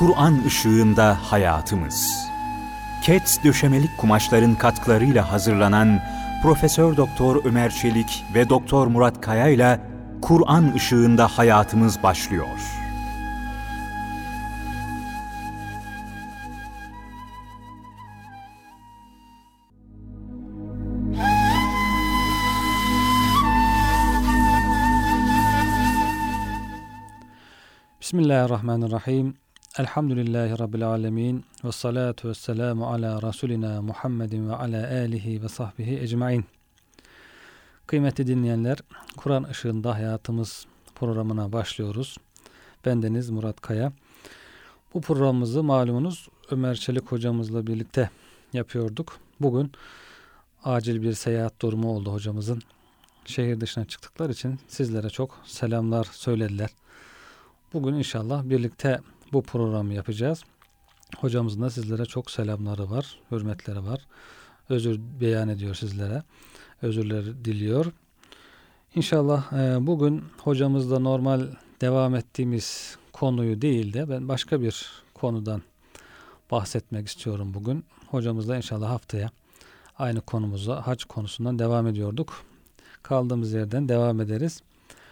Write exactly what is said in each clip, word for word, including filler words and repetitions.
Kur'an ışığında hayatımız. Kets döşemelik kumaşların katkılarıyla hazırlanan Profesör Doktor Ömer Çelik ve Doktor Murat Kaya ile Kur'an ışığında hayatımız başlıyor. Bismillahirrahmanirrahim. Elhamdülillahi Rabbil alemin. Ve salatu ve selamu ala Resulina Muhammedin ve ala alihi ve sahbihi ecmain. Kıymetli dinleyenler, Kur'an ışığında hayatımız programına başlıyoruz. Bendeniz Murat Kaya. Bu programımızı malumunuz Ömer Çelik hocamızla birlikte yapıyorduk. Bugün acil bir seyahat durumu oldu hocamızın. Şehir dışına çıktıkları için sizlere çok selamlar söylediler. Bugün inşallah birlikte bu programı yapacağız. Hocamızın da sizlere çok selamları var, hürmetleri var. Özür beyan ediyor sizlere. Özürler diliyor. İnşallah e, bugün hocamızla normal devam ettiğimiz konuyu değil de ben başka bir konudan bahsetmek istiyorum bugün. Hocamızla inşallah haftaya aynı konumuza, hac konusundan devam ediyorduk. Kaldığımız yerden devam ederiz.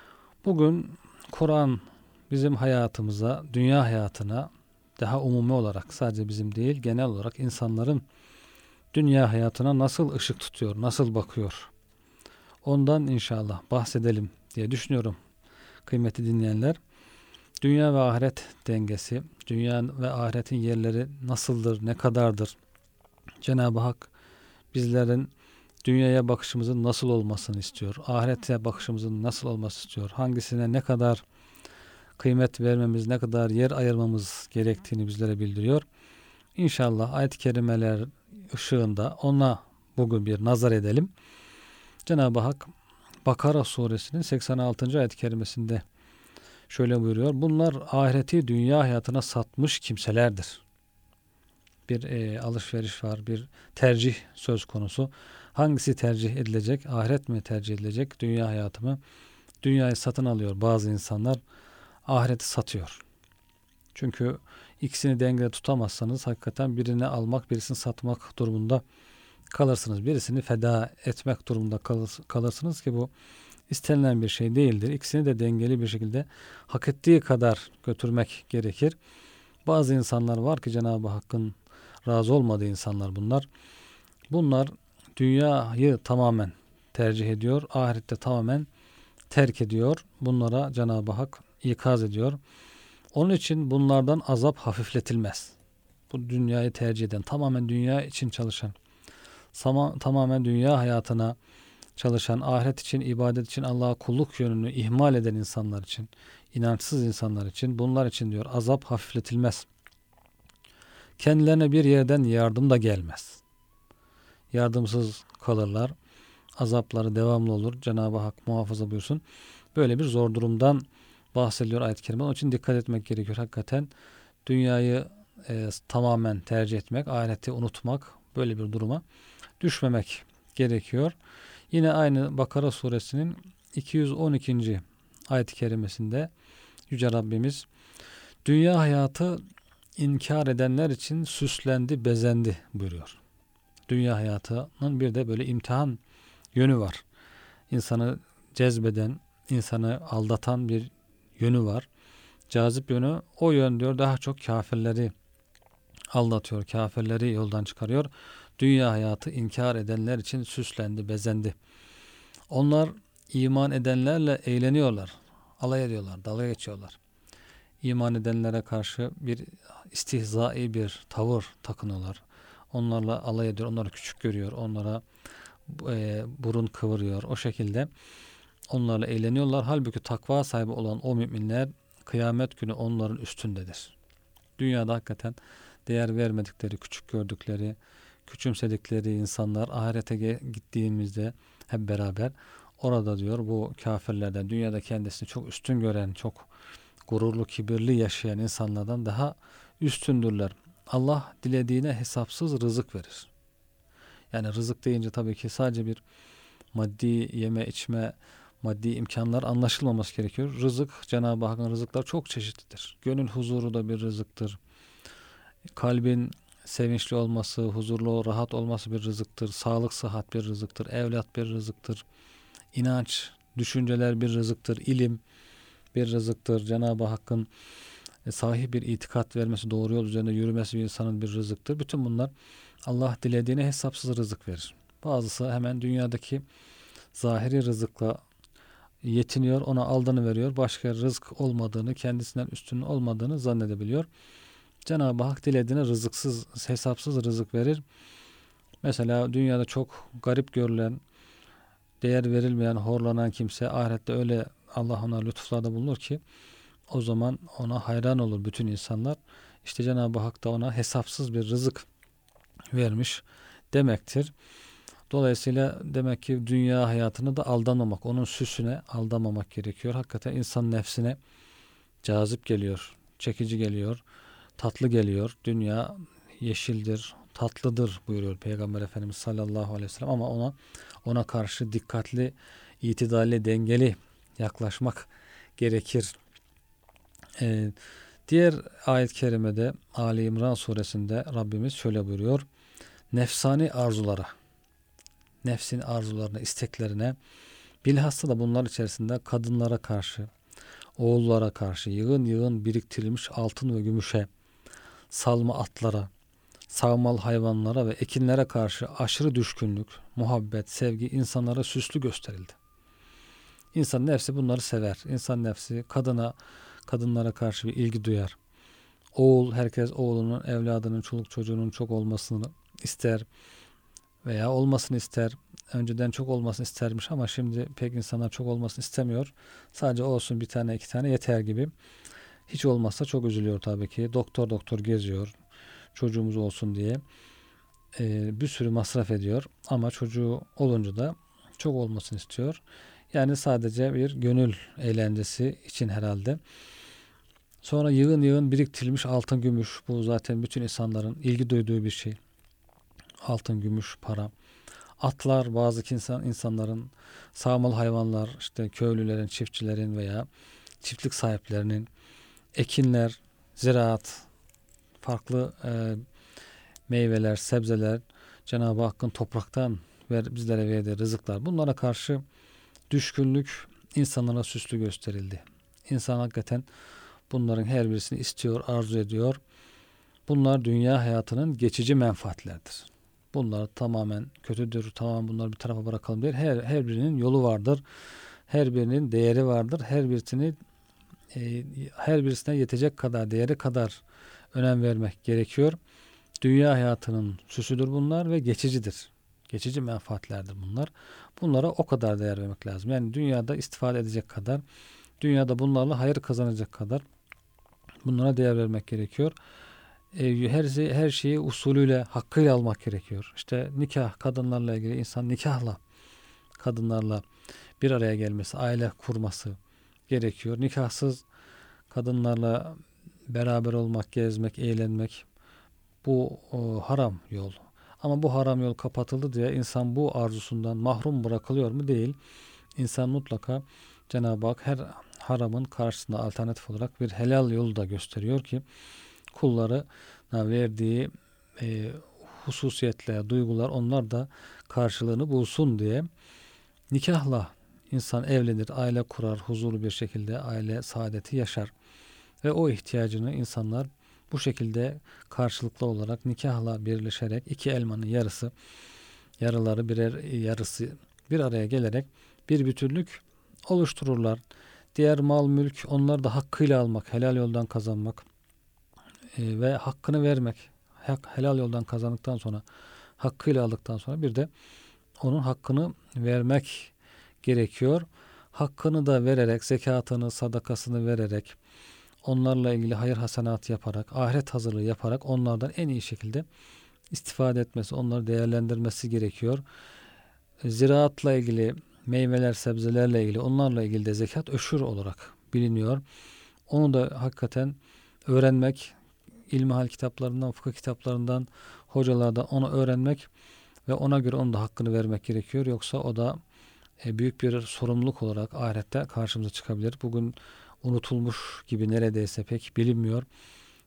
Bugün Kur'an bizim hayatımıza, dünya hayatına daha umumi olarak, sadece bizim değil, genel olarak insanların dünya hayatına nasıl ışık tutuyor, nasıl bakıyor? Ondan inşallah bahsedelim diye düşünüyorum kıymetli dinleyenler. Dünya ve ahiret dengesi, dünya ve ahiretin yerleri nasıldır, ne kadardır? Cenab-ı Hak bizlerin dünyaya bakışımızın nasıl olmasını istiyor? Ahirete bakışımızın nasıl olmasını istiyor? Hangisine ne kadar kıymet vermemiz, ne kadar yer ayırmamız gerektiğini bizlere bildiriyor. İnşallah ayet-i kerimeler ışığında ona bugün bir nazar edelim. Cenab-ı Hak Bakara suresinin seksen altıncı ayet-i kerimesinde şöyle buyuruyor. Bunlar ahireti dünya hayatına satmış kimselerdir. Bir e, alışveriş var, bir tercih söz konusu. Hangisi tercih edilecek? Ahiret mi tercih edilecek? Dünya hayatı mı? Dünyayı satın alıyor bazı insanlar. Ahireti satıyor. Çünkü ikisini dengede tutamazsanız hakikaten birini almak, birisini satmak durumunda kalırsınız. Birisini feda etmek durumunda kalırsınız ki bu istenilen bir şey değildir. İkisini de dengeli bir şekilde hak ettiği kadar götürmek gerekir. Bazı insanlar var ki Cenab-ı Hakk'ın razı olmadığı insanlar bunlar. Bunlar dünyayı tamamen tercih ediyor. Ahirette tamamen terk ediyor. Bunlara Cenab-ı Hak ikaz ediyor. Onun için bunlardan azap hafifletilmez. Bu dünyayı tercih eden, tamamen dünya için çalışan, tamamen dünya hayatına çalışan, ahiret için, ibadet için, Allah'a kulluk yönünü ihmal eden insanlar için, inançsız insanlar için, bunlar için diyor azap hafifletilmez. Kendilerine bir yerden yardım da gelmez. Yardımsız kalırlar. Azapları devamlı olur. Cenab-ı Hak muhafaza buyursun. Böyle bir zor durumdan bahsediliyor ayet-i kerime. Onun için dikkat etmek gerekiyor. Hakikaten dünyayı e, tamamen tercih etmek, ahireti unutmak, böyle bir duruma düşmemek gerekiyor. Yine aynı Bakara suresinin iki yüz on ikinci ayet-i kerimesinde Yüce Rabbimiz dünya hayatı inkar edenler için süslendi, bezendi buyuruyor. Dünya hayatının bir de böyle imtihan yönü var. İnsanı cezbeden, insanı aldatan bir yönü var. Cazip yönü o yön diyor daha çok kafirleri aldatıyor, kafirleri yoldan çıkarıyor. Dünya hayatı inkar edenler için süslendi, bezendi. Onlar iman edenlerle eğleniyorlar, alay ediyorlar, dalga geçiyorlar. İman edenlere karşı bir istihzai bir tavır takınıyorlar. Onlarla alay ediyor, onları küçük görüyor, onlara e, burun kıvırıyor. O şekilde onlarla eğleniyorlar. Halbuki takva sahibi olan o müminler kıyamet günü onların üstündedir. Dünyada hakikaten değer vermedikleri, küçük gördükleri, küçümsedikleri insanlar ahirete gittiğimizde hep beraber orada diyor bu kafirlerden, dünyada kendisini çok üstün gören, çok gururlu, kibirli yaşayan insanlardan daha üstündürler. Allah dilediğine hesapsız rızık verir. Yani rızık deyince tabii ki sadece bir maddi yeme içme, maddi imkanlar anlaşılmaması gerekiyor. Rızık, Cenab-ı Hakk'ın rızıkları çok çeşitlidir. Gönül huzuru da bir rızıktır. Kalbin sevinçli olması, huzurlu, rahat olması bir rızıktır. Sağlık, sıhhat bir rızıktır. Evlat bir rızıktır. İnanç, düşünceler bir rızıktır. İlim bir rızıktır. Cenab-ı Hakk'ın sahih bir itikat vermesi, doğru yol üzerinde yürümesi bir insanın bir rızıktır. Bütün bunlar Allah dilediğine hesapsız rızık verir. Bazısı hemen dünyadaki zahiri rızıkla yetiniyor, ona aldanıveriyor. Başka rızık olmadığını, kendisinden üstünün olmadığını zannedebiliyor. Cenab-ı Hak dilediğine rızıksız, hesapsız rızık verir. Mesela dünyada çok garip görülen, değer verilmeyen, horlanan kimse ahirette öyle Allah ona lütuflarda bulunur ki o zaman ona hayran olur bütün insanlar. İşte Cenab-ı Hak da ona hesapsız bir rızık vermiş demektir. Dolayısıyla demek ki dünya hayatını da aldanmamak, onun süsüne aldanmamak gerekiyor. Hakikaten insan nefsine cazip geliyor, çekici geliyor, tatlı geliyor. Dünya yeşildir, tatlıdır buyuruyor Peygamber Efendimiz sallallahu aleyhi ve sellem, ama ona ona karşı dikkatli, itidalli, dengeli yaklaşmak gerekir. Ee, diğer ayet-i kerimede Ali İmran suresinde Rabbimiz şöyle buyuruyor. Nefsani arzulara, nefsin arzularına, isteklerine, bilhassa da bunlar içerisinde kadınlara karşı, oğullara karşı yığın yığın biriktirilmiş altın ve gümüşe, salma atlara, savmal hayvanlara ve ekinlere karşı aşırı düşkünlük, muhabbet, sevgi insanlara süslü gösterildi. İnsan nefsi bunları sever. İnsan nefsi kadına, kadınlara karşı bir ilgi duyar. Oğul, herkes oğlunun, evladının, çoluk çocuğunun çok olmasını ister veya olmasını ister. Önceden çok olmasını istermiş ama şimdi pek insanlar çok olmasını istemiyor. Sadece olsun, bir tane iki tane yeter gibi. Hiç olmazsa çok üzülüyor tabii ki. Doktor doktor geziyor. Çocuğumuz olsun diye. Ee, bir sürü masraf ediyor. Ama çocuğu olunca da çok olmasını istiyor. Yani sadece bir gönül eğlencesi için herhalde. Sonra yığın yığın biriktirilmiş altın, gümüş. Bu zaten bütün insanların ilgi duyduğu bir şey. Altın, gümüş, para. Atlar, bazı insan insanların, sağmal hayvanlar, işte köylülerin, çiftçilerin veya çiftlik sahiplerinin, ekinler, ziraat, farklı e, meyveler, sebzeler, Cenab-ı Hakk'ın topraktan ver, bizlere verdiği rızıklar. Bunlara karşı düşkünlük insanlara süslü gösterildi. İnsan hakikaten bunların her birisini istiyor, arzu ediyor. Bunlar dünya hayatının geçici menfaatlerdir. Bunlar tamamen kötüdür, tamam bunları bir tarafa bırakalım değil. Her, her birinin yolu vardır. Her birinin değeri vardır. Her birisini e, her birisine yetecek kadar, değeri kadar önem vermek gerekiyor. Dünya hayatının süsüdür bunlar ve geçicidir. Geçici menfaatlerdir bunlar. Bunlara o kadar değer vermek lazım. Yani dünyada istifade edecek kadar, dünyada bunlarla hayır kazanacak kadar bunlara değer vermek gerekiyor. Her, her şeyi usulüyle, hakkıyla almak gerekiyor. İşte nikah, kadınlarla ilgili insan nikahla, kadınlarla bir araya gelmesi, aile kurması gerekiyor. Nikahsız kadınlarla beraber olmak, gezmek, eğlenmek, bu o, haram yol. Ama bu haram yol kapatıldı diye insan bu arzusundan mahrum bırakılıyor mu? Değil. İnsan mutlaka, Cenab-ı Hak her haramın karşısında alternatif olarak bir helal yolu da gösteriyor ki kullara verdiği e, hususiyetler, duygular, onlar da karşılığını bulsun diye nikahla insan evlenir, aile kurar, huzurlu bir şekilde aile saadeti yaşar. Ve o ihtiyacını insanlar bu şekilde karşılıklı olarak nikahla birleşerek iki elmanın yarısı, yarıları birer yarısı bir araya gelerek bir bütünlük oluştururlar. Diğer mal, mülk, onları da hakkıyla almak, helal yoldan kazanmak e, ve hakkını vermek. Hak, helal yoldan kazandıktan sonra, hakkıyla aldıktan sonra bir de onun hakkını vermek gerekiyor. Hakkını da vererek, zekatını, sadakasını vererek, onlarla ilgili hayır hasenat yaparak, ahiret hazırlığı yaparak onlardan en iyi şekilde istifade etmesi, onları değerlendirmesi gerekiyor. Ziraatla ilgili, meyveler, sebzelerle ilgili, onlarla ilgili de zekat öşür olarak biliniyor. Onu da hakikaten öğrenmek, ilmihal kitaplarından, fıkıh kitaplarından, hocalardan onu öğrenmek ve ona göre onun da hakkını vermek gerekiyor. Yoksa o da büyük bir sorumluluk olarak ahirette karşımıza çıkabilir. Bugün unutulmuş gibi, neredeyse pek bilinmiyor.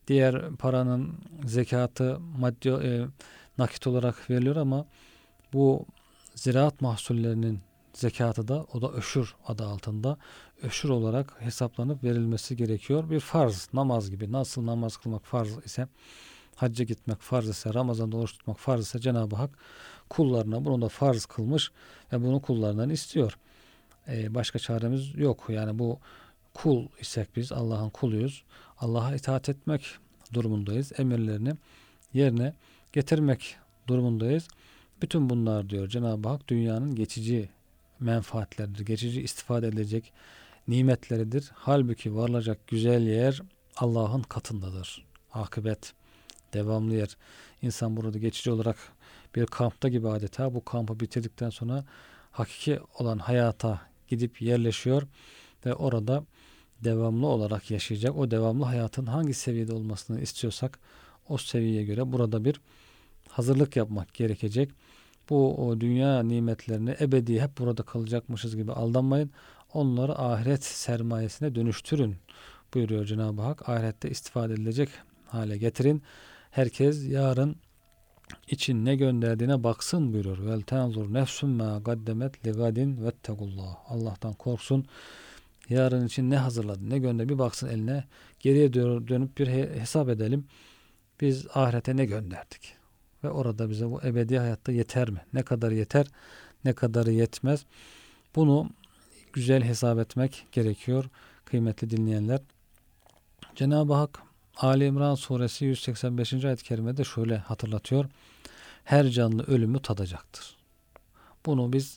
Diğer paranın zekatı maddi e, nakit olarak veriliyor ama bu ziraat mahsullerinin zekatı da o da öşür adı altında öşür olarak hesaplanıp verilmesi gerekiyor. Bir farz, namaz gibi. Nasıl namaz kılmak farz ise, hacca gitmek farz ise, Ramazan'da oruç tutmak farz ise Cenab-ı Hak kullarına bunu da farz kılmış ve bunu kullarından istiyor. Ee, başka çaremiz yok. Yani bu kul isek biz Allah'ın kuluyuz. Allah'a itaat etmek durumundayız. Emirlerini yerine getirmek durumundayız. Bütün bunlar diyor Cenab-ı Hak dünyanın geçici menfaatleridir. Geçici istifade edilecek nimetleridir. Halbuki varılacak güzel yer Allah'ın katındadır. Akıbet, devamlı yer. İnsan burada geçici olarak bir kampta gibi adeta bu kampı bitirdikten sonra hakiki olan hayata gidip yerleşiyor ve orada devamlı olarak yaşayacak. O devamlı hayatın hangi seviyede olmasını istiyorsak o seviyeye göre burada bir hazırlık yapmak gerekecek. Bu o dünya nimetlerini ebedi hep burada kalacakmışız gibi aldanmayın. Onları ahiret sermayesine dönüştürün buyuruyor Cenab-ı Hak. Ahirette istifade edilecek hale getirin. Herkes yarın için ne gönderdiğine baksın buyuruyor. Vel tenzur nefsum ma gaddemet li gadin vettegullah. Allah'tan korksun. Yarın için ne hazırladı, ne gönder bir baksın eline. Geriye dönüp bir hesap edelim. Biz ahirete ne gönderdik? Ve orada bize bu ebedi hayatta yeter mi? Ne kadar yeter, ne kadarı yetmez? Bunu güzel hesap etmek gerekiyor kıymetli dinleyenler. Cenab-ı Hak Ali İmran suresi yüz seksen beşinci ayet-i kerimede şöyle hatırlatıyor. Her canlı ölümü tadacaktır. Bunu biz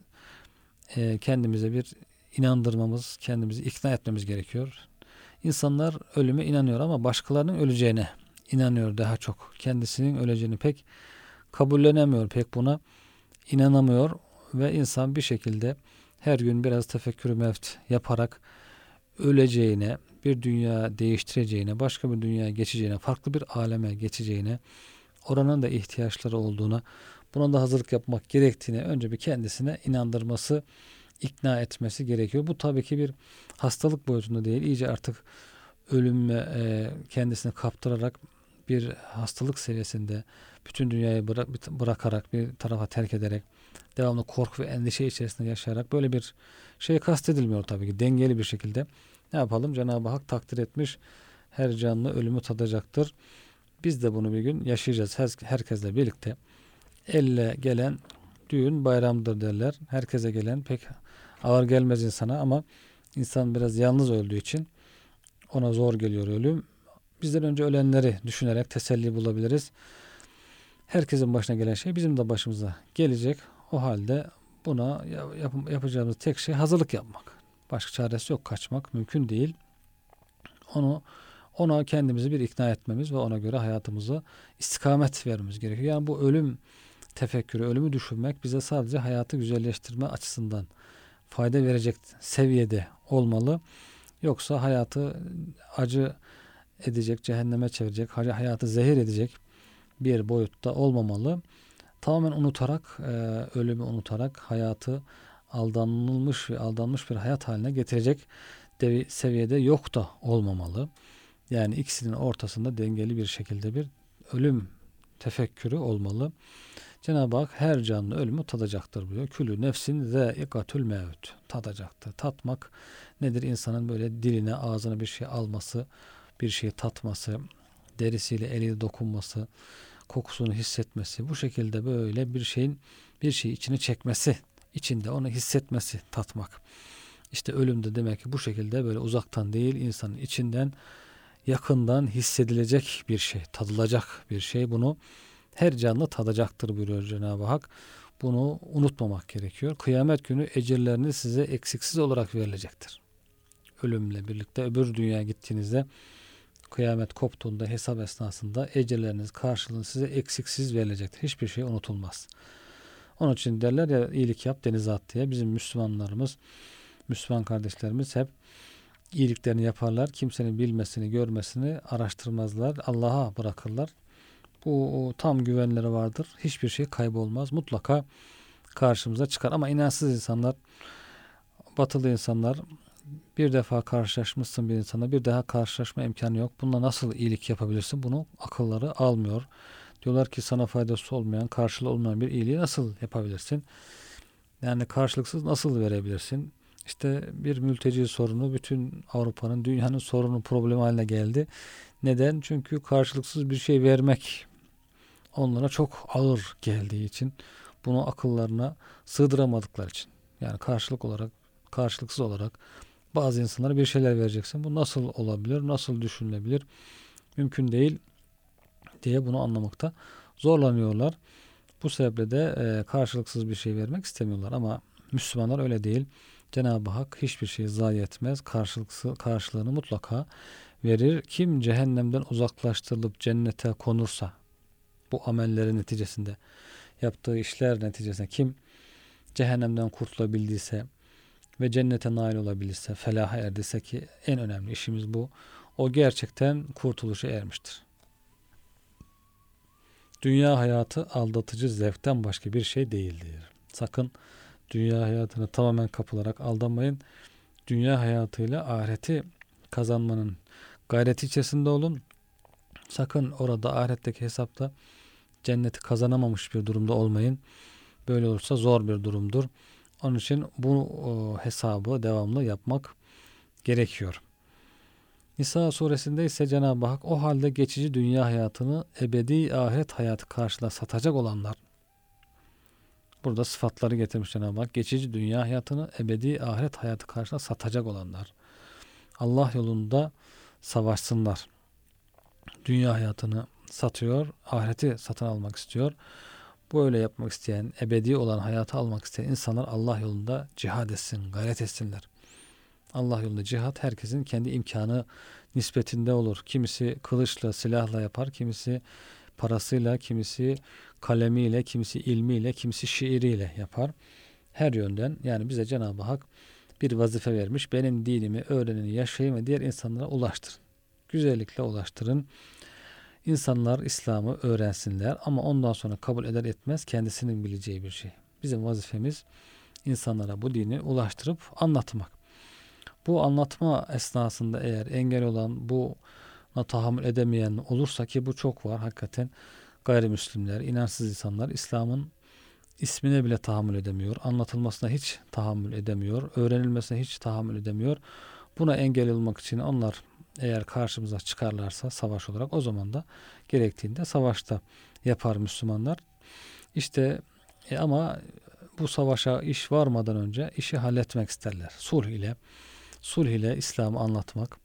e, kendimize bir inandırmamız, kendimizi ikna etmemiz gerekiyor. İnsanlar ölüme inanıyor ama başkalarının öleceğine inanıyor daha çok. Kendisinin öleceğini pek kabullenemiyor, pek buna inanamıyor ve insan bir şekilde her gün biraz tefekkür-ü mevt yaparak öleceğine, bir dünya değiştireceğine, başka bir dünyaya geçeceğine, farklı bir aleme geçeceğine, oranın da ihtiyaçları olduğuna, buna da hazırlık yapmak gerektiğine önce bir kendisine inandırması, ikna etmesi gerekiyor. Bu tabii ki bir hastalık boyutunda değil, iyice artık ölüme e, kendisini kaptırarak bir hastalık seviyesinde bütün dünyayı bırak, bırakarak bir tarafa terk ederek devamlı korku ve endişe içerisinde yaşayarak böyle bir şey kastedilmiyor tabii ki. Dengeli bir şekilde ne yapalım? Cenab-ı Hak takdir etmiş. Her canlı ölümü tadacaktır. Biz de bunu bir gün yaşayacağız. Her, herkesle birlikte. Elle gelen düğün bayramdır derler. Herkese gelen pek ağır gelmez insana ama insan biraz yalnız öldüğü için ona zor geliyor ölüm. Bizden önce ölenleri düşünerek teselli bulabiliriz. Herkesin başına gelen şey bizim de başımıza gelecek. O halde buna yap, yapacağımız tek şey hazırlık yapmak. Başka çaresi yok. Kaçmak mümkün değil. Onu ona kendimizi bir ikna etmemiz ve ona göre hayatımıza istikamet vermemiz gerekiyor. Yani bu ölüm tefekkürü, ölümü düşünmek bize sadece hayatı güzelleştirme açısından fayda verecek seviyede olmalı. Yoksa hayatı acı edecek, cehenneme çevirecek, hayatı zehir edecek bir boyutta olmamalı. Tamamen unutarak, e, ölümü unutarak hayatı aldanılmış ve aldanmış bir hayat haline getirecek devi, seviyede yok da olmamalı. Yani ikisinin ortasında dengeli bir şekilde bir ölüm tefekkürü olmalı. Cenab-ı Hak her canlı ölümü tadacaktır diyor. Külü nefsin zâikatül mevt. Tadacaktır. Tatmak nedir? İnsanın böyle diline, ağzına bir şey alması, bir şey tatması, derisiyle eliyle dokunması, kokusunu hissetmesi, bu şekilde böyle bir şeyin bir şeyi içine çekmesi, içinde onu hissetmesi, tatmak. İşte ölüm de demek ki bu şekilde böyle uzaktan değil, insanın içinden, yakından hissedilecek bir şey, tadılacak bir şey. Bunu her canlı tadacaktır buyuruyor Cenab-ı Hak. Bunu unutmamak gerekiyor. Kıyamet günü ecirleriniz size eksiksiz olarak verilecektir. Ölümle birlikte öbür dünyaya gittiğinizde, kıyamet koptuğunda, hesap esnasında ecirleriniz, karşılığınız size eksiksiz verilecektir. Hiçbir şey unutulmaz. Onun için derler ya, iyilik yap denize at diye. Bizim Müslümanlarımız, Müslüman kardeşlerimiz hep iyiliklerini yaparlar. Kimsenin bilmesini, görmesini araştırmazlar. Allah'a bırakırlar. Bu tam güvenleri vardır. Hiçbir şey kaybolmaz. Mutlaka karşımıza çıkar. Ama inançsız insanlar, batılı insanlar Bir defa karşılaşmışsın bir insana, bir daha karşılaşma imkanı yok. Bununla nasıl iyilik yapabilirsin? Bunu akılları almıyor. Diyorlar ki sana faydası olmayan, karşılığı olmayan bir iyiliği nasıl yapabilirsin? Yani karşılıksız nasıl verebilirsin? İşte bir mülteci sorunu bütün Avrupa'nın, dünyanın sorunu, problemi haline geldi. Neden? Çünkü karşılıksız bir şey vermek onlara çok ağır geldiği için, bunu akıllarına sığdıramadıkları için. Yani karşılık olarak, karşılıksız olarak bazı insanlara bir şeyler vereceksin. Bu nasıl olabilir? Nasıl düşünülebilir? Mümkün değil diye bunu anlamakta zorlanıyorlar. Bu sebeple de e, karşılıksız bir şey vermek istemiyorlar. Ama Müslümanlar öyle değil. Cenab-ı Hak hiçbir şeyi zayi etmez. Karşılıksız, karşılığını mutlaka verir. Kim cehennemden uzaklaştırılıp cennete konursa, bu amelleri neticesinde, yaptığı işler neticesinde kim cehennemden kurtulabildiyse ve cennete nail olabilirse, felaha erdiyse, ki en önemli işimiz bu, o gerçekten kurtuluşa ermiştir. Dünya hayatı aldatıcı zevkten başka bir şey değildir. Sakın dünya hayatına tamamen kapılarak aldanmayın. Dünya hayatıyla ahireti kazanmanın gayreti içerisinde olun. Sakın orada ahiretteki hesapta cenneti kazanamamış bir durumda olmayın. Böyle olursa zor bir durumdur. Onun için bu o, hesabı devamlı yapmak gerekiyor. Nisa suresinde ise Cenab-ı Hak o halde geçici dünya hayatını ebedi ahiret hayatı karşılığında satacak olanlar, burada sıfatları getirmiş Cenab-ı Hak. Geçici dünya hayatını ebedi ahiret hayatı karşılığında satacak olanlar Allah yolunda savaşsınlar. Dünya hayatını satıyor, ahireti satın almak istiyor. Böyle yapmak isteyen, ebedi olan hayatı almak isteyen insanlar Allah yolunda cihad etsin, gayret etsinler. Allah yolunda cihat herkesin kendi imkanı nispetinde olur. Kimisi kılıçla, silahla yapar, kimisi parasıyla, kimisi kalemiyle, kimisi ilmiyle, kimisi şiiriyle yapar. Her yönden, yani bize Cenab-ı Hak bir vazife vermiş. Benim dinimi öğrenin, yaşayın ve diğer insanlara ulaştırın. Güzellikle ulaştırın. İnsanlar İslam'ı öğrensinler ama ondan sonra kabul eder etmez kendisinin bileceği bir şey. Bizim vazifemiz insanlara bu dini ulaştırıp anlatmak. Bu anlatma esnasında eğer engel olan, buna tahammül edemeyen olursa, ki bu çok var hakikaten, gayrimüslimler, inançsız insanlar İslam'ın ismine bile tahammül edemiyor, anlatılmasına hiç tahammül edemiyor, öğrenilmesine hiç tahammül edemiyor. Buna engel olmak için onlar eğer karşımıza çıkarlarsa savaş olarak, o zaman da gerektiğinde savaşta yapar Müslümanlar. İşte e ama bu savaşa iş varmadan önce işi halletmek isterler. Sulh ile, sulh ile İslam'ı anlatmak,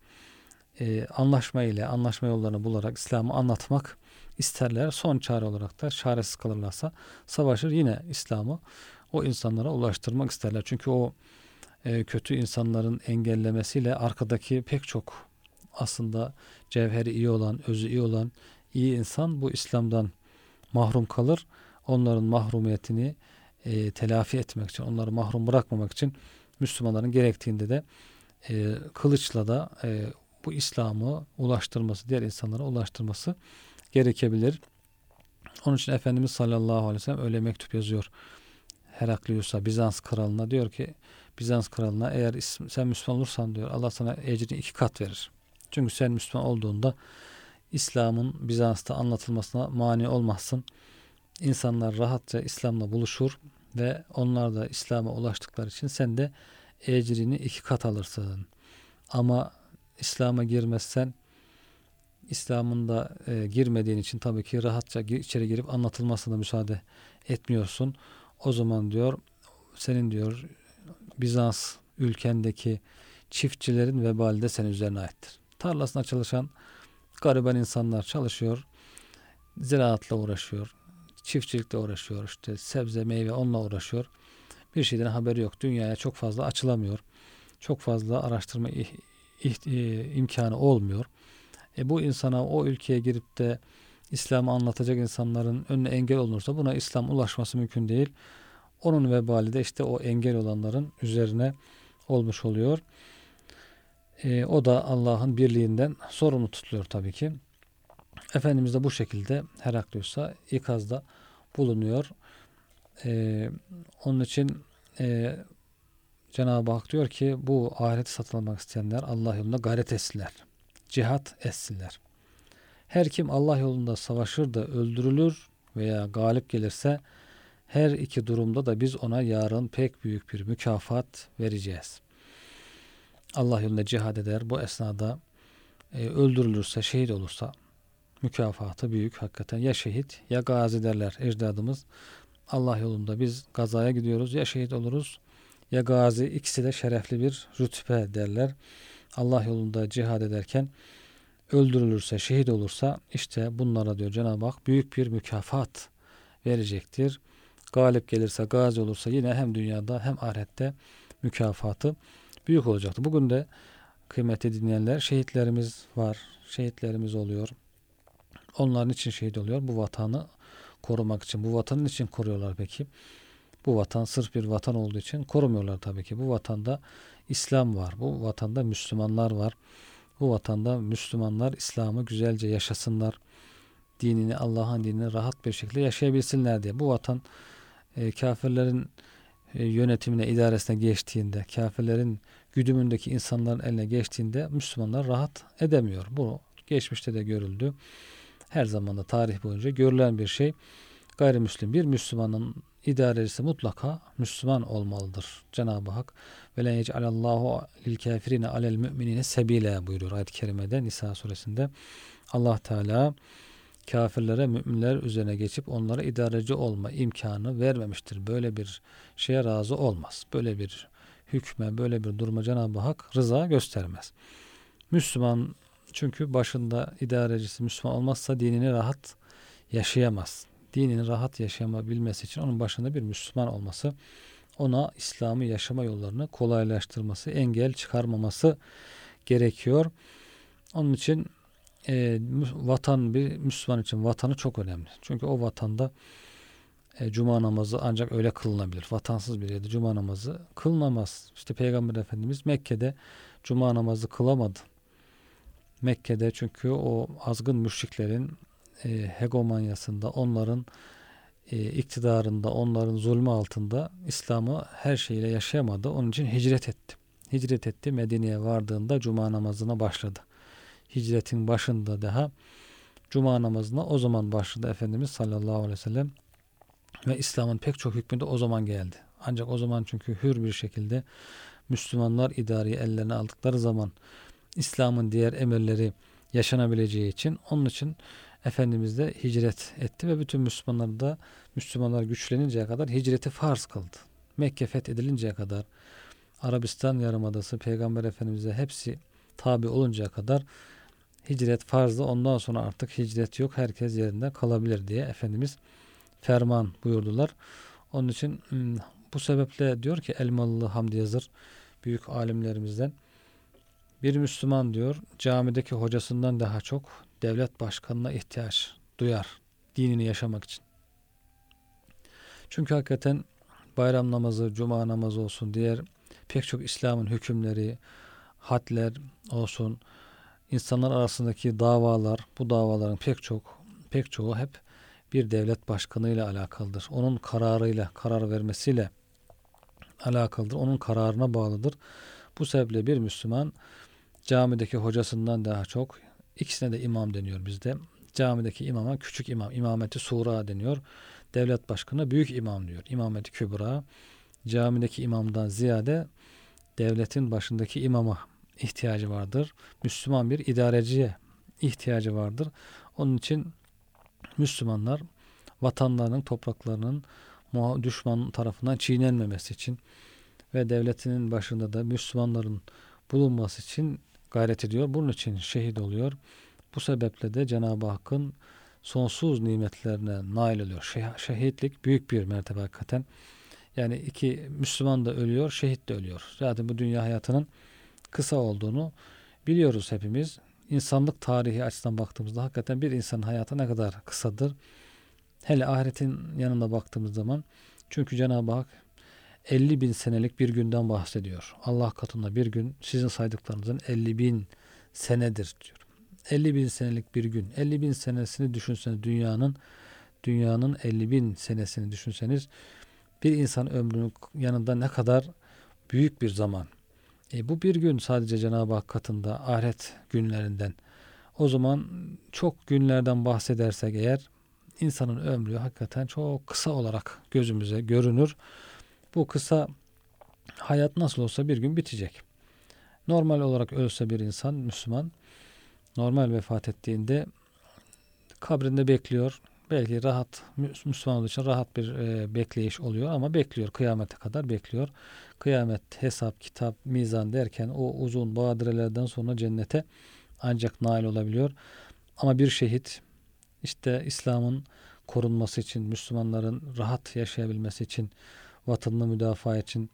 e, anlaşma ile, anlaşma yollarını bularak İslam'ı anlatmak isterler. Son çare olarak da çaresiz kalırlarsa savaşır, yine İslam'ı o insanlara ulaştırmak isterler. Çünkü o e, kötü insanların engellemesiyle arkadaki pek çok aslında cevheri iyi olan, özü iyi olan iyi insan bu İslam'dan mahrum kalır. Onların mahrumiyetini e, telafi etmek için, onları mahrum bırakmamak için Müslümanların gerektiğinde de e, kılıçla da e, bu İslam'ı ulaştırması, diğer insanlara ulaştırması gerekebilir. Onun için Efendimiz sallallahu aleyhi ve sellem öyle mektup yazıyor Heraklius'a, Bizans kralına, diyor ki Bizans kralına, eğer sen Müslüman olursan diyor, Allah sana ecrini iki kat verir. Çünkü sen Müslüman olduğunda İslam'ın Bizans'ta anlatılmasına mani olmazsın. İnsanlar rahatça İslam'la buluşur ve onlar da İslam'a ulaştıkları için sen de ecrini iki kat alırsın. Ama İslam'a girmezsen, İslam'ın da e, girmediğin için tabii ki rahatça içeri girip anlatılmasına müsaade etmiyorsun. O zaman diyor, senin diyor Bizans ülkendeki çiftçilerin vebali de senin üzerine aittir. Tarlasına çalışan gariban insanlar çalışıyor, ziraatla uğraşıyor, çiftçilikle uğraşıyor, işte sebze meyve onunla uğraşıyor. Bir şeyden haberi yok. Dünyaya çok fazla açılamıyor. Çok fazla araştırma imkanı olmuyor. E bu insana, o ülkeye girip de İslam'ı anlatacak insanların önüne engel olunursa buna İslam ulaşması mümkün değil. Onun vebali de işte o engel olanların üzerine olmuş oluyor. E, o da Allah'ın birliğinden sorumlu tutuluyor tabii ki. Efendimiz de bu şekilde Heraklius'a ikazda bulunuyor. E, onun için e, Cenab-ı Hak diyor ki bu ahireti satın almak isteyenler Allah yolunda gayret etsinler. Cihat etsinler. Her kim Allah yolunda savaşır da öldürülür veya galip gelirse her iki durumda da biz ona yarın pek büyük bir mükafat vereceğiz. Allah yolunda cihad eder. Bu esnada e, öldürülürse, şehit olursa mükafatı büyük hakikaten. Ya şehit ya gazi derler ecdadımız. Allah yolunda biz gazaya gidiyoruz. Ya şehit oluruz ya gazi. İkisi de şerefli bir rütbe derler. Allah yolunda cihad ederken öldürülürse, şehit olursa işte bunlara diyor Cenab-ı Hak büyük bir mükafat verecektir. Galip gelirse, gazi olursa yine hem dünyada hem ahirette mükafatı büyük olacaktır. Bugün de kıymetli dinleyenler şehitlerimiz var. Şehitlerimiz oluyor. Onların için şehit oluyor. Bu vatanı korumak için. Bu vatanın için koruyorlar peki. Bu vatan sırf bir vatan olduğu için korumuyorlar tabii ki. Bu vatanda İslam var. Bu vatanda Müslümanlar var. Bu vatanda Müslümanlar İslam'ı güzelce yaşasınlar. Dinini, Allah'ın dinini rahat bir şekilde yaşayabilsinler diye. Bu vatan e, kafirlerin e, yönetimine, idaresine geçtiğinde, kafirlerin güdümündeki insanların eline geçtiğinde Müslümanlar rahat edemiyor. Bu geçmişte de görüldü. Her zaman da tarih boyunca görülen bir şey. Gayrimüslim bir Müslümanın idarecisi mutlaka Müslüman olmalıdır. Cenab-ı Hak ve len yec'alallahu lil kafirine alel müminine sebile buyuruyor ayet-i kerimede Nisa suresinde. Allah Teala kafirlere, müminler üzerine geçip onlara idareci olma imkanı vermemiştir. Böyle bir şeye razı olmaz. Böyle bir hükme, böyle bir duruma Cenab-ı Hak rıza göstermez. Müslüman çünkü başında idarecisi Müslüman olmazsa dinini rahat yaşayamaz. Dinini rahat yaşayabilmesi için onun başında bir Müslüman olması, ona İslam'ı yaşama yollarını kolaylaştırması, engel çıkarmaması gerekiyor. Onun için e, vatan bir Müslüman için vatanı çok önemli. Çünkü o vatanda e, cuma namazı ancak öyle kılınabilir. Vatansız bir yerde cuma namazı kılınamaz. İşte Peygamber Efendimiz Mekke'de cuma namazı kılamadı. Mekke'de çünkü o azgın müşriklerin e, hegemonyasında, onların e, iktidarında, onların zulmü altında İslam'ı her şeyle yaşayamadı. Onun için hicret etti. Hicret etti. Medine'ye vardığında cuma namazına başladı. Hicretin başında daha cuma namazına o zaman başladı Efendimiz sallallahu aleyhi ve sellem ve İslam'ın pek çok hükmü de o zaman geldi. Ancak o zaman çünkü hür bir şekilde Müslümanlar idareyi ellerine aldıkları zaman İslam'ın diğer emirleri yaşanabileceği için onun için Efendimiz de hicret etti ve bütün Müslümanlar da Müslümanlar güçleninceye kadar hicreti farz kıldı. Mekke fethedilinceye kadar Arabistan Yarımadası Peygamber Efendimiz'e hepsi tabi oluncaya kadar hicret farzdı. Ondan sonra artık hicret yok. Herkes yerinde kalabilir diye Efendimiz ferman buyurdular. Onun için bu sebeple diyor ki Elmalılı Hamdi Yazır büyük alimlerimizden bir Müslüman diyor camideki hocasından daha çok devlet başkanına ihtiyaç duyar dinini yaşamak için. Çünkü hakikaten bayram namazı, cuma namazı olsun, diğer pek çok İslam'ın hükümleri, hadler olsun, insanlar arasındaki davalar, bu davaların pek çok pek çoğu hep bir devlet başkanıyla alakalıdır. Onun kararıyla, karar vermesiyle alakalıdır. Onun kararına bağlıdır. Bu sebeple bir Müslüman camideki hocasından daha çok, ikisine de imam deniyor bizde. Camideki imama küçük imam, imameti sura deniyor. Devlet başkanına büyük imam diyor. İmameti kübra. Camideki imamdan ziyade devletin başındaki imama ihtiyacı vardır. Müslüman bir idareciye ihtiyacı vardır. Onun için Müslümanlar vatanlarının, topraklarının düşman tarafından çiğnenmemesi için ve devletinin başında da Müslümanların bulunması için gayret ediyor. Bunun için şehit oluyor. Bu sebeple de Cenab-ı Hakk'ın sonsuz nimetlerine nail oluyor. Şehitlik büyük bir mertebe hakikaten. Yani iki Müslüman da ölüyor, şehit de ölüyor. Zaten bu dünya hayatının kısa olduğunu biliyoruz hepimiz. İnsanlık tarihi açısından baktığımızda hakikaten bir insanın hayatı ne kadar kısadır. Hele ahiretin yanına baktığımız zaman, çünkü Cenab-ı Hak elli bin senelik bir günden bahsediyor. Allah katında bir gün sizin saydıklarınızın elli bin senedir diyor. elli bin senelik bir gün. elli bin senesini düşünseniz dünyanın dünyanın elli bin senesini düşünseniz bir insan ömrünün yanında ne kadar büyük bir zaman. E, bu bir gün sadece Cenab-ı Hak katında ahiret günlerinden. O zaman çok günlerden bahsedersek eğer insanın ömrü hakikaten çok kısa olarak gözümüze görünür. Bu kısa hayat nasıl olsa bir gün bitecek. Normal olarak ölse bir insan, Müslüman, normal vefat ettiğinde kabrinde bekliyor. Belki rahat, Müslüman olduğu için rahat bir e, bekleyiş oluyor ama bekliyor, kıyamete kadar bekliyor. Kıyamet, hesap, kitap, mizan derken o uzun badirelerden sonra cennete ancak nail olabiliyor. Ama bir şehit işte İslam'ın korunması için, Müslümanların rahat yaşayabilmesi için, vatanını müdafaa için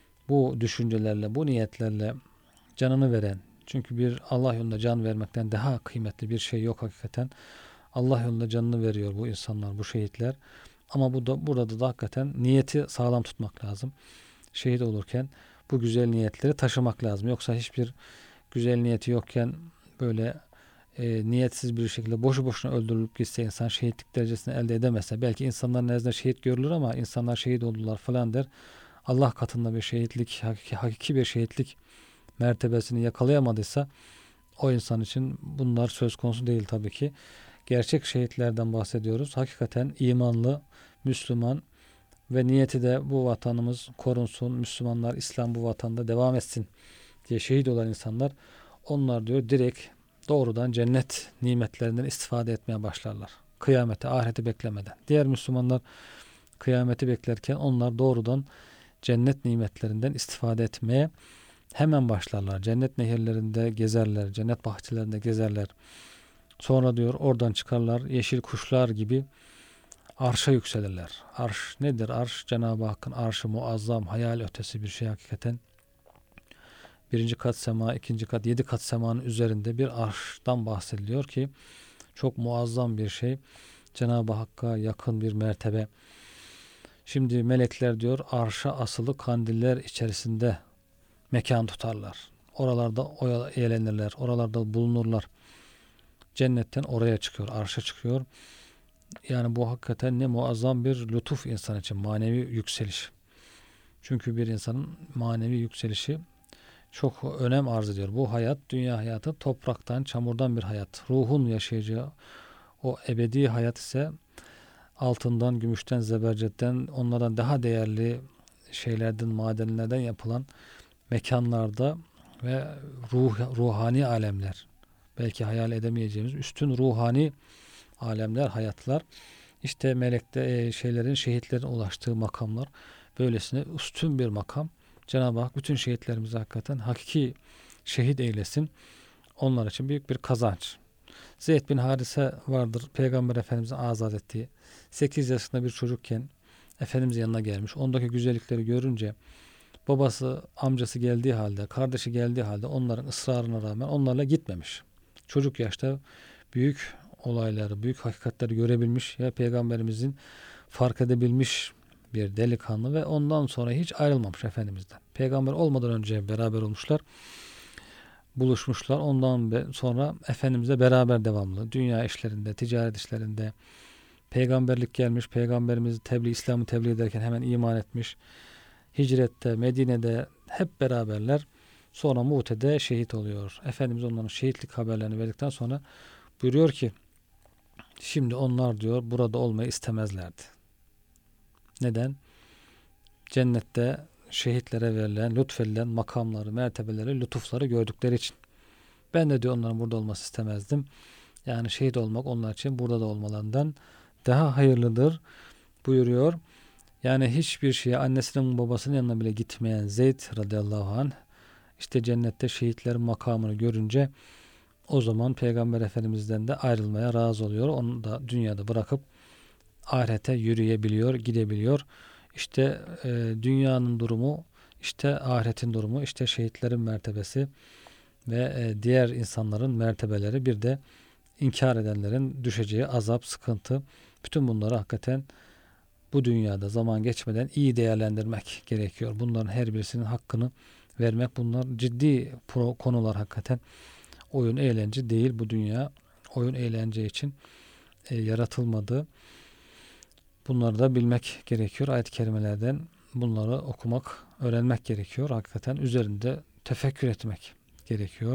bu düşüncelerle, bu niyetlerle canını veren, çünkü bir Allah yolunda can vermekten daha kıymetli bir şey yok hakikaten. Allah yolunda canını veriyor bu insanlar, bu şehitler. Ama bu da, burada da hakikaten niyeti sağlam tutmak lazım. Şehit olurken bu güzel niyetleri taşımak lazım. Yoksa hiçbir güzel niyeti yokken böyle e, niyetsiz bir şekilde boşu boşuna öldürülüp gitse, insan şehitlik derecesini elde edemezse, belki insanlar nezdinde şehit görülür ama insanlar şehit oldular falan der. Allah katında bir şehitlik, hakiki, hakiki bir şehitlik mertebesini yakalayamadıysa o insan için bunlar söz konusu değil tabii ki. Gerçek şehitlerden bahsediyoruz. Hakikaten imanlı, Müslüman ve niyeti de bu vatanımız korunsun, Müslümanlar, İslam bu vatanda devam etsin diye şehit olan insanlar, onlar diyor direkt doğrudan cennet nimetlerinden istifade etmeye başlarlar. Kıyameti, ahireti beklemeden. Diğer Müslümanlar kıyameti beklerken onlar doğrudan cennet nimetlerinden istifade etmeye hemen başlarlar. Cennet nehirlerinde gezerler, cennet bahçelerinde gezerler. Sonra diyor oradan çıkarlar, yeşil kuşlar gibi arşa yükselirler. Arş nedir? Arş Cenab-ı Hakk'ın arşı, muazzam, hayal ötesi bir şey hakikaten. Birinci kat sema, ikinci kat, yedi kat semanın üzerinde bir arştan bahsediliyor ki çok muazzam bir şey. Cenab-ı Hakk'a yakın bir mertebe. Şimdi melekler diyor arşa asılı kandiller içerisinde mekan tutarlar. Oralarda eğlenirler, oralarda bulunurlar. Cennetten oraya çıkıyor, arşa çıkıyor. Yani bu hakikaten ne muazzam bir lütuf insan için, manevi yükseliş. Çünkü bir insanın manevi yükselişi çok önem arz ediyor. Bu hayat, dünya hayatı topraktan, çamurdan bir hayat. Ruhun yaşayacağı o ebedi hayat ise altından, gümüşten, zebercetten, onlardan daha değerli şeylerden, madenlerden yapılan mekanlarda ve ruh, ruhani alemler. Belki hayal edemeyeceğimiz üstün ruhani alemler, hayatlar. İşte melekte şeylerin, şehitlerin ulaştığı makamlar. Böylesine üstün bir makam. Cenab-ı Hak bütün şehitlerimizi hakikaten hakiki şehit eylesin. Onlar için büyük bir kazanç. Zeyd bin Harise vardır. Peygamber Efendimiz'in azat ettiği. sekiz yaşında bir çocukken Efendimiz'in yanına gelmiş. Ondaki güzellikleri görünce babası, amcası geldiği halde, kardeşi geldiği halde onların ısrarına rağmen onlarla gitmemiş. Çocuk yaşta büyük olayları, büyük hakikatleri görebilmiş ve Peygamberimizin fark edebilmiş bir delikanlı ve ondan sonra hiç ayrılmamış Efendimiz'den. Peygamber olmadan önce beraber olmuşlar, buluşmuşlar. Ondan sonra Efendimiz'le beraber devamlı. Dünya işlerinde, ticaret işlerinde, peygamberlik gelmiş, Peygamberimiz tebliğ, İslam'ı tebliğ ederken hemen iman etmiş. Hicrette, Medine'de hep beraberler. Sonra Mu'te'de şehit oluyor. Efendimiz onların şehitlik haberlerini verdikten sonra buyuruyor ki şimdi onlar diyor burada olmayı istemezlerdi. Neden? Cennette şehitlere verilen, lütfedilen makamları, mertebeleri, lütufları gördükleri için. Ben de diyor onların burada olması istemezdim. Yani şehit olmak onlar için burada da olmalarından daha hayırlıdır buyuruyor. Yani hiçbir şeye annesinin babasının yanına bile gitmeyen Zeyd radıyallahu anh işte cennette şehitlerin makamını görünce o zaman Peygamber Efendimiz'den de ayrılmaya razı oluyor. Onu da dünyada bırakıp ahirete yürüyebiliyor, gidebiliyor. İşte e, dünyanın durumu, işte ahiretin durumu, işte şehitlerin mertebesi ve e, diğer insanların mertebeleri, bir de inkar edenlerin düşeceği azap, sıkıntı. Bütün bunları hakikaten bu dünyada zaman geçmeden iyi değerlendirmek gerekiyor. Bunların her birisinin hakkını vermek. Bunlar ciddi pro konular hakikaten. Oyun eğlence değil bu dünya. Oyun eğlence için e, yaratılmadı. Bunları da bilmek gerekiyor. Ayet-i kerimelerden bunları okumak, öğrenmek gerekiyor. Hakikaten üzerinde tefekkür etmek gerekiyor.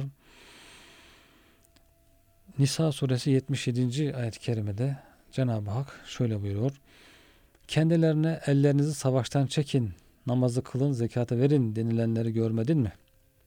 Nisa suresi yetmiş yedinci ayet-i kerimede Cenab-ı Hak şöyle buyuruyor. Kendilerine ellerinizi savaştan çekin, namazı kılın, zekatı verin denilenleri görmedin mi?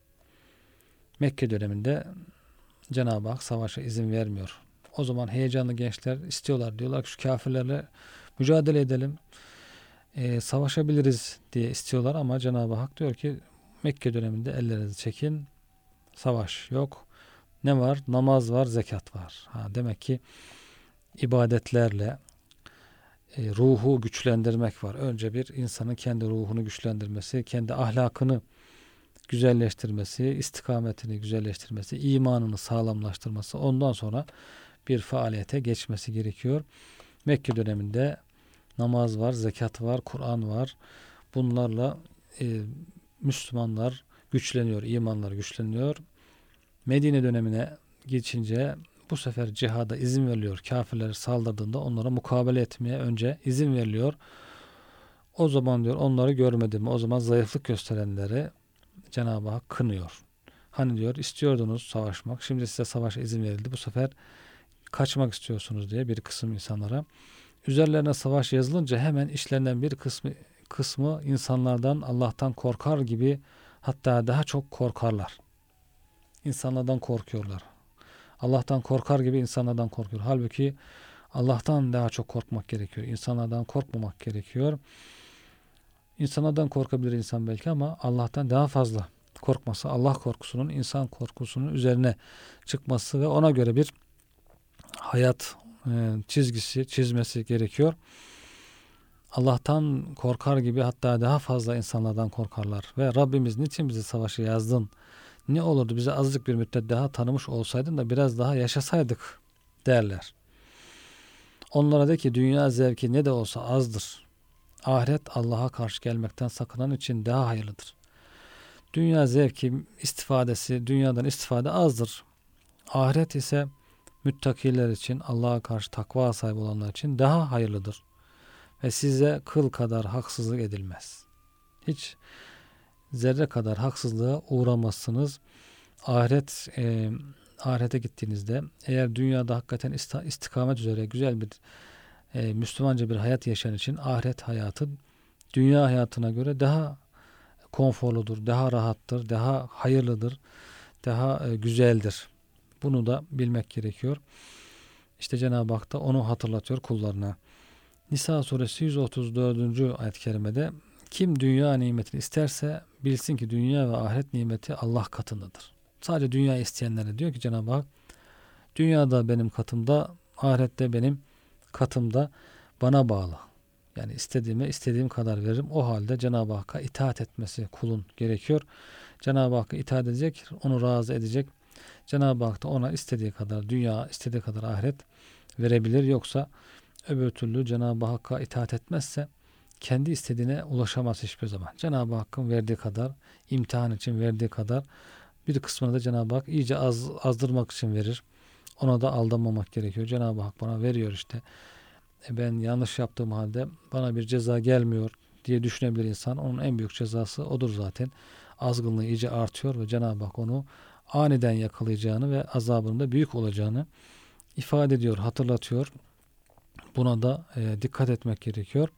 Mekke döneminde Cenab-ı Hak savaşa izin vermiyor. O zaman heyecanlı gençler istiyorlar. Diyorlar ki şu kafirlerle mücadele edelim, e, savaşabiliriz diye istiyorlar ama Cenab-ı Hak diyor ki Mekke döneminde ellerinizi çekin, savaş yok. Ne var? Namaz var, zekat var. Ha, demek ki ibadetlerle e, ruhu güçlendirmek var. Önce bir insanın kendi ruhunu güçlendirmesi, kendi ahlakını güzelleştirmesi, istikametini güzelleştirmesi, imanını sağlamlaştırması, ondan sonra bir faaliyete geçmesi gerekiyor. Mekke döneminde namaz var, zekat var, Kur'an var. Bunlarla e, Müslümanlar güçleniyor, imanlar güçleniyor. Medine dönemine geçince bu sefer cihada izin veriliyor. Kafirler saldırdığında onlara mukabele etmeye önce izin veriliyor. O zaman diyor onları görmedim. O zaman zayıflık gösterenleri Cenab-ı Hak kınıyor. Hani diyor istiyordunuz savaşmak. Şimdi size savaşa izin verildi. Bu sefer kaçmak istiyorsunuz diye bir kısım insanlara. Üzerlerine savaş yazılınca hemen işlerinden bir kısmı kısmı insanlardan, Allah'tan korkar gibi, hatta daha çok korkarlar. İnsanlardan korkuyorlar. Allah'tan korkar gibi insanlardan korkuyor. Halbuki Allah'tan daha çok korkmak gerekiyor. İnsanlardan korkmamak gerekiyor. İnsanlardan korkabilir insan belki ama Allah'tan daha fazla korkması, Allah korkusunun insan korkusunun üzerine çıkması ve ona göre bir hayat e, çizgisi çizmesi gerekiyor. Allah'tan korkar gibi, hatta daha fazla insanlardan korkarlar. Ve Rabbimiz niçin bizi savaşı yazdın? Ne olurdu bize azıcık bir müddet daha tanımış olsaydın da biraz daha yaşasaydık derler. Onlara de ki dünya zevki ne de olsa azdır. Ahiret Allah'a karşı gelmekten sakınan için daha hayırlıdır. Dünya zevki istifadesi, dünyadan istifade azdır. Ahiret ise müttakiler için, Allah'a karşı takva sahibi olanlar için daha hayırlıdır. Ve size kıl kadar haksızlık edilmez. Hiç zerre kadar haksızlığa uğramazsınız. Ahiret e, ahirete gittiğinizde eğer dünyada hakikaten istikamet üzere güzel bir e, Müslümanca bir hayat yaşayan için ahiret hayatı dünya hayatına göre daha konforludur, daha rahattır, daha hayırlıdır, daha e, güzeldir. Bunu da bilmek gerekiyor. İşte Cenab-ı Hak da onu hatırlatıyor kullarına. Nisa suresi yüz otuz dördüncü ayet-i kerimede kim dünya nimetini isterse bilsin ki dünya ve ahiret nimeti Allah katındadır. Sadece dünya isteyenlere diyor ki Cenab-ı Hak dünyada benim katımda, ahirette benim katımda, bana bağlı. Yani istediğime istediğim kadar veririm. O halde Cenab-ı Hakk'a itaat etmesi kulun gerekiyor. Cenab-ı Hakk'a itaat edecek, onu razı edecek. Cenab-ı Hak da ona istediği kadar dünya, istediği kadar ahiret verebilir. Yoksa öbür türlü Cenab-ı Hakk'a itaat etmezse kendi istediğine ulaşamaz hiçbir zaman. Cenab-ı Hakk'ın verdiği kadar, imtihan için verdiği kadar bir kısmını da Cenab-ı Hak iyice az, azdırmak için verir. Ona da aldanmamak gerekiyor. Cenab-ı Hak bana veriyor işte. E ben yanlış yaptığım halde bana bir ceza gelmiyor diye düşünebilir insan. Onun en büyük cezası odur zaten. Azgınlığı iyice artıyor ve Cenab-ı Hak onu aniden yakalayacağını ve azabının da büyük olacağını ifade ediyor, hatırlatıyor. Buna da e, dikkat etmek gerekiyor.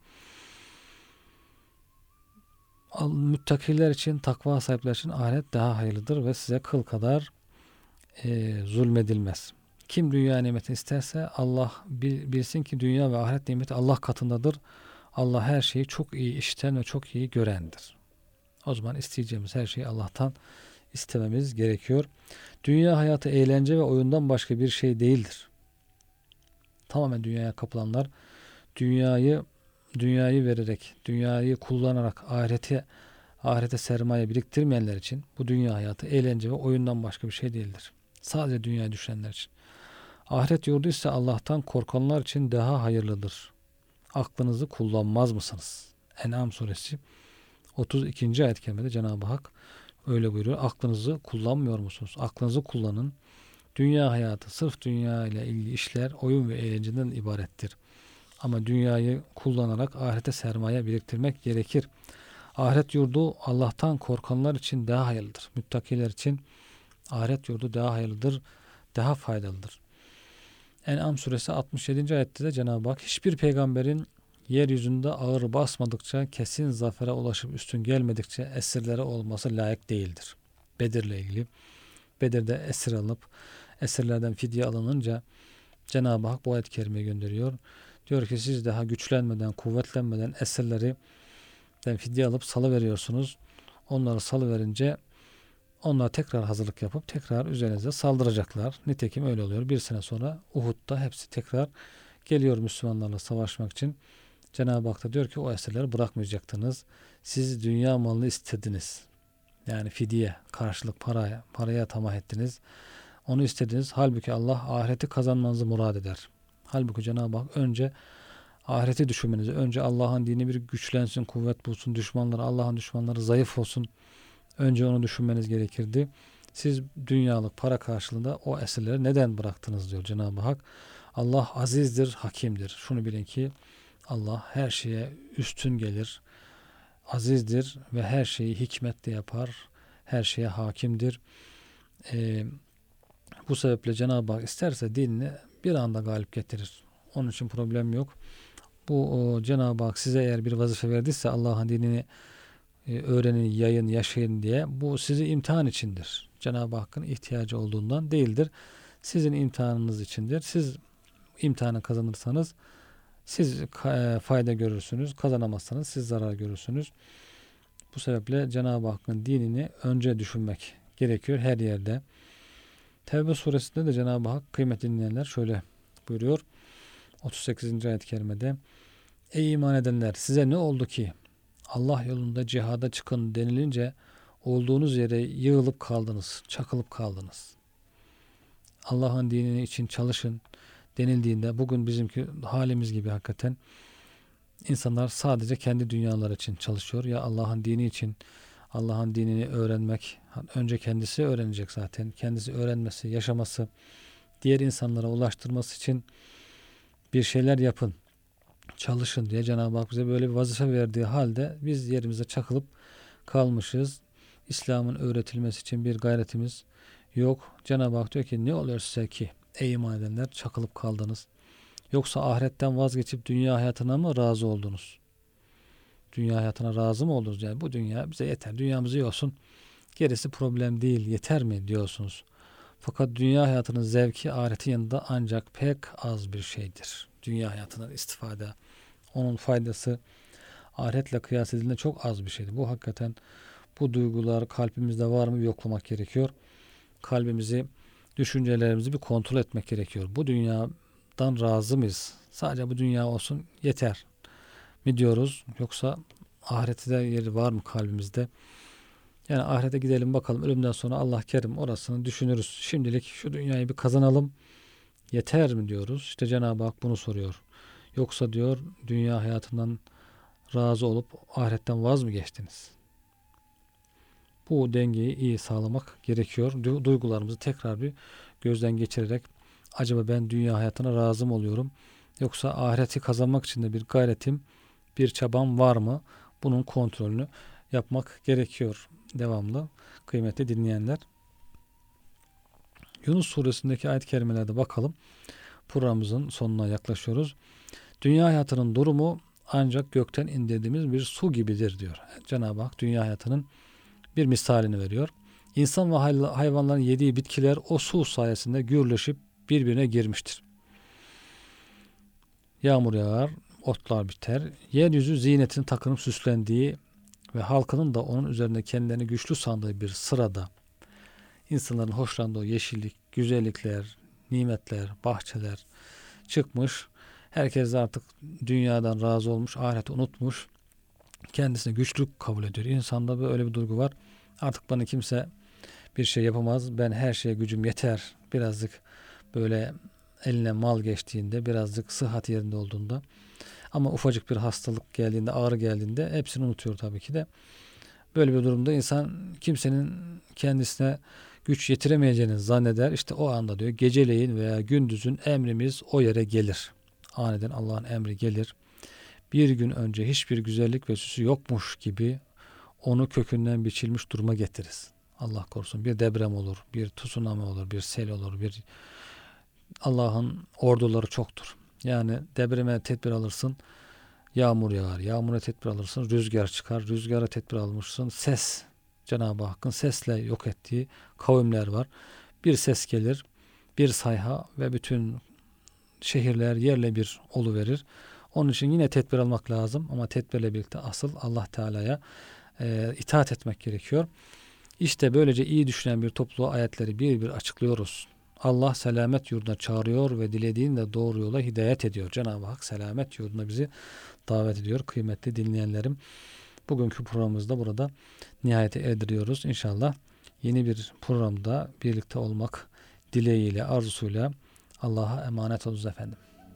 Müttakiler için, takva sahipler için ahiret daha hayırlıdır ve size kıl kadar e, zulmedilmez. Kim dünya nimetini isterse Allah bilsin ki dünya ve ahiret nimeti Allah katındadır. Allah her şeyi çok iyi işiten ve çok iyi görendir. O zaman isteyeceğimiz her şeyi Allah'tan istememiz gerekiyor. Dünya hayatı eğlence ve oyundan başka bir şey değildir. Tamamen dünyaya kapılanlar dünyayı dünyayı vererek, dünyayı kullanarak ahirete ahirete sermaye biriktirmeyenler için bu dünya hayatı eğlence ve oyundan başka bir şey değildir. Sadece dünyaya düşenler için. Ahiret yurdu ise Allah'tan korkanlar için daha hayırlıdır. Aklınızı kullanmaz mısınız? En'am suresi otuz ikinci ayet-i kerimede Cenab-ı Hak öyle buyuruyor. Aklınızı kullanmıyor musunuz? Aklınızı kullanın. Dünya hayatı sırf dünya ile ilgili işler oyun ve eğlenceden ibarettir. Ama dünyayı kullanarak ahirete sermaye biriktirmek gerekir. Ahiret yurdu Allah'tan korkanlar için daha hayırlıdır. Müttakiler için ahiret yurdu daha hayırlıdır, daha faydalıdır. En'am suresi altmış yedinci ayette de Cenab-ı Hak hiçbir peygamberin yeryüzünde ağır basmadıkça, kesin zafere ulaşıp üstün gelmedikçe esirlere olması layık değildir. Bedir'le ilgili. Bedir'de esir alınıp esirlerden fidye alınınca Cenab-ı Hak bu ayet-i kerimeyi gönderiyor. Diyor ki siz daha güçlenmeden, kuvvetlenmeden esirleri den fidye alıp salıveriyorsunuz. Onları salıverince onlar tekrar hazırlık yapıp tekrar üzerinize saldıracaklar. Nitekim öyle oluyor. Bir sene sonra Uhud'da hepsi tekrar geliyor Müslümanlarla savaşmak için. Cenab-ı Hak da diyor ki o esirleri bırakmayacaktınız. Siz dünya malını istediniz. Yani fidye, karşılık paraya, paraya tamah ettiniz. Onu istediniz. Halbuki Allah ahireti kazanmanızı murad eder. Halbuki Cenab-ı Hak önce ahireti düşünmenizi, önce Allah'ın dini bir güçlensin, kuvvet bulsun, düşmanları, Allah'ın düşmanları zayıf olsun. Önce onu düşünmeniz gerekirdi. Siz dünyalık para karşılığında o esirleri neden bıraktınız diyor Cenab-ı Hak. Allah azizdir, hakimdir. Şunu bilin ki Allah her şeye üstün gelir, azizdir ve her şeyi hikmetle yapar, her şeye hakimdir. Ee, bu sebeple Cenab-ı Hak isterse dinini bir anda galip getirir. Onun için problem yok. Bu o, Cenab-ı Hak size eğer bir vazife verdiyse Allah'ın dinini e, öğrenin, yayın, yaşayın diye bu sizi imtihan içindir. Cenab-ı Hakk'ın ihtiyacı olduğundan değildir. Sizin imtihanınız içindir. Siz imtihanı kazanırsanız siz e, fayda görürsünüz. Kazanamazsanız siz zarar görürsünüz. Bu sebeple Cenab-ı Hakk'ın dinini önce düşünmek gerekiyor her yerde. Tevbe suresinde de Cenab-ı Hak kıymetli dinleyenler şöyle buyuruyor. otuz sekizinci ayet-i kerimede Ey iman edenler size ne oldu ki Allah yolunda cihada çıkın denilince olduğunuz yere yığılıp kaldınız, çakılıp kaldınız. Allah'ın dinini için çalışın denildiğinde bugün bizimki halimiz gibi hakikaten insanlar sadece kendi dünyaları için çalışıyor. Ya Allah'ın dini için Allah'ın dinini öğrenmek, önce kendisi öğrenecek zaten. Kendisi öğrenmesi, yaşaması, diğer insanlara ulaştırması için bir şeyler yapın, çalışın diye Cenab-ı Hak bize böyle bir vazife verdiği halde biz yerimize çakılıp kalmışız. İslam'ın öğretilmesi için bir gayretimiz yok. Cenab-ı Hak diyor ki ne oluyor size ki ey iman edenler çakılıp kaldınız. Yoksa ahiretten vazgeçip dünya hayatına mı razı oldunuz? Dünya hayatına razı mı oldunuz? Yani bu dünya bize yeter. Dünyamız iyi olsun. Gerisi problem değil. Yeter mi diyorsunuz. Fakat dünya hayatının zevki ahiretin yanında ancak pek az bir şeydir. Dünya hayatından istifade, onun faydası ahiretle kıyas edildiğinde çok az bir şeydir. Bu hakikaten bu duygular kalbimizde var mı yoklamak gerekiyor. Kalbimizi, düşüncelerimizi bir kontrol etmek gerekiyor. Bu dünyadan razı mıyız? Sadece bu dünya olsun yeter mi diyoruz? Yoksa ahirette yeri var mı kalbimizde? Yani ahirete gidelim bakalım ölümden sonra Allah kerim orasını düşünürüz. Şimdilik şu dünyayı bir kazanalım yeter mi diyoruz? İşte Cenab-ı Hak bunu soruyor. Yoksa diyor dünya hayatından razı olup ahiretten vaz mı geçtiniz? Bu dengeyi iyi sağlamak gerekiyor. Du- Duygularımızı tekrar bir gözden geçirerek acaba ben dünya hayatına razı mı oluyorum? Yoksa ahireti kazanmak için de bir gayretim, bir çabam var mı? Bunun kontrolünü yapmak gerekiyor devamlı. Kıymetli dinleyenler. Yunus suresindeki ayet-i kerimelerde bakalım. Programımızın sonuna yaklaşıyoruz. Dünya hayatının durumu ancak gökten indirdiğimiz bir su gibidir diyor. Cenab-ı Hak dünya hayatının bir misalini veriyor. İnsan ve hayvanların yediği bitkiler o su sayesinde gürleşip birbirine girmiştir. Yağmur yağar, otlar biter. Yeryüzü ziynetini takınıp süslendiği ve halkının da onun üzerinde kendilerini güçlü sandığı bir sırada insanların hoşlandığı yeşillik, güzellikler, nimetler, bahçeler çıkmış. Herkes de artık dünyadan razı olmuş, ahireti unutmuş. Kendisine güçlük kabul ediyor. İnsanda böyle bir duygu var. Artık bana kimse bir şey yapamaz. Ben her şeye gücüm yeter. Birazcık böyle eline mal geçtiğinde, birazcık sıhhat yerinde olduğunda ama ufacık bir hastalık geldiğinde, ağrı geldiğinde hepsini unutuyor tabii ki de. Böyle bir durumda insan kimsenin kendisine güç yetiremeyeceğini zanneder. İşte o anda diyor geceleyin veya gündüzün emrimiz o yere gelir. Aniden Allah'ın emri gelir. Bir gün önce hiçbir güzellik ve süsü yokmuş gibi onu kökünden biçilmiş duruma getiririz. Allah korusun, bir deprem olur, bir tsunami olur, bir sel olur, bir Allah'ın orduları çoktur. Yani depreme tedbir alırsın, yağmur yağar. Yağmura tedbir alırsın, rüzgar çıkar. Rüzgara tedbir almışsın, ses. Cenab-ı Hakk'ın sesle yok ettiği kavimler var. Bir ses gelir, bir sayha ve bütün şehirler yerle bir oluverir. Onun için yine tedbir almak lazım ama tedbirle birlikte asıl Allah Teala'ya e, itaat etmek gerekiyor. İşte böylece iyi düşünen bir topluluğa ayetleri bir bir açıklıyoruz. Allah selamet yurduna çağırıyor ve dilediğini de doğru yola hidayet ediyor. Cenab-ı Hak selamet yurduna bizi davet ediyor. Kıymetli dinleyenlerim, bugünkü programımızda burada nihayete erdiriyoruz. İnşallah yeni bir programda birlikte olmak dileğiyle, arzusuyla Allah'a emanet olunuz efendim.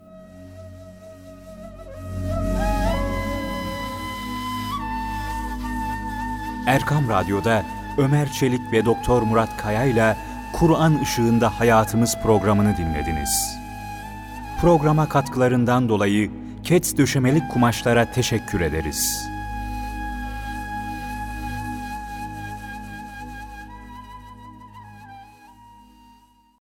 Erkam Radyo'da Ömer Çelik ve Doktor Murat Kaya ile Kur'an Işığında Hayatımız programını dinlediniz. Programa katkılarından dolayı Kets Döşemelik Kumaşlara teşekkür ederiz.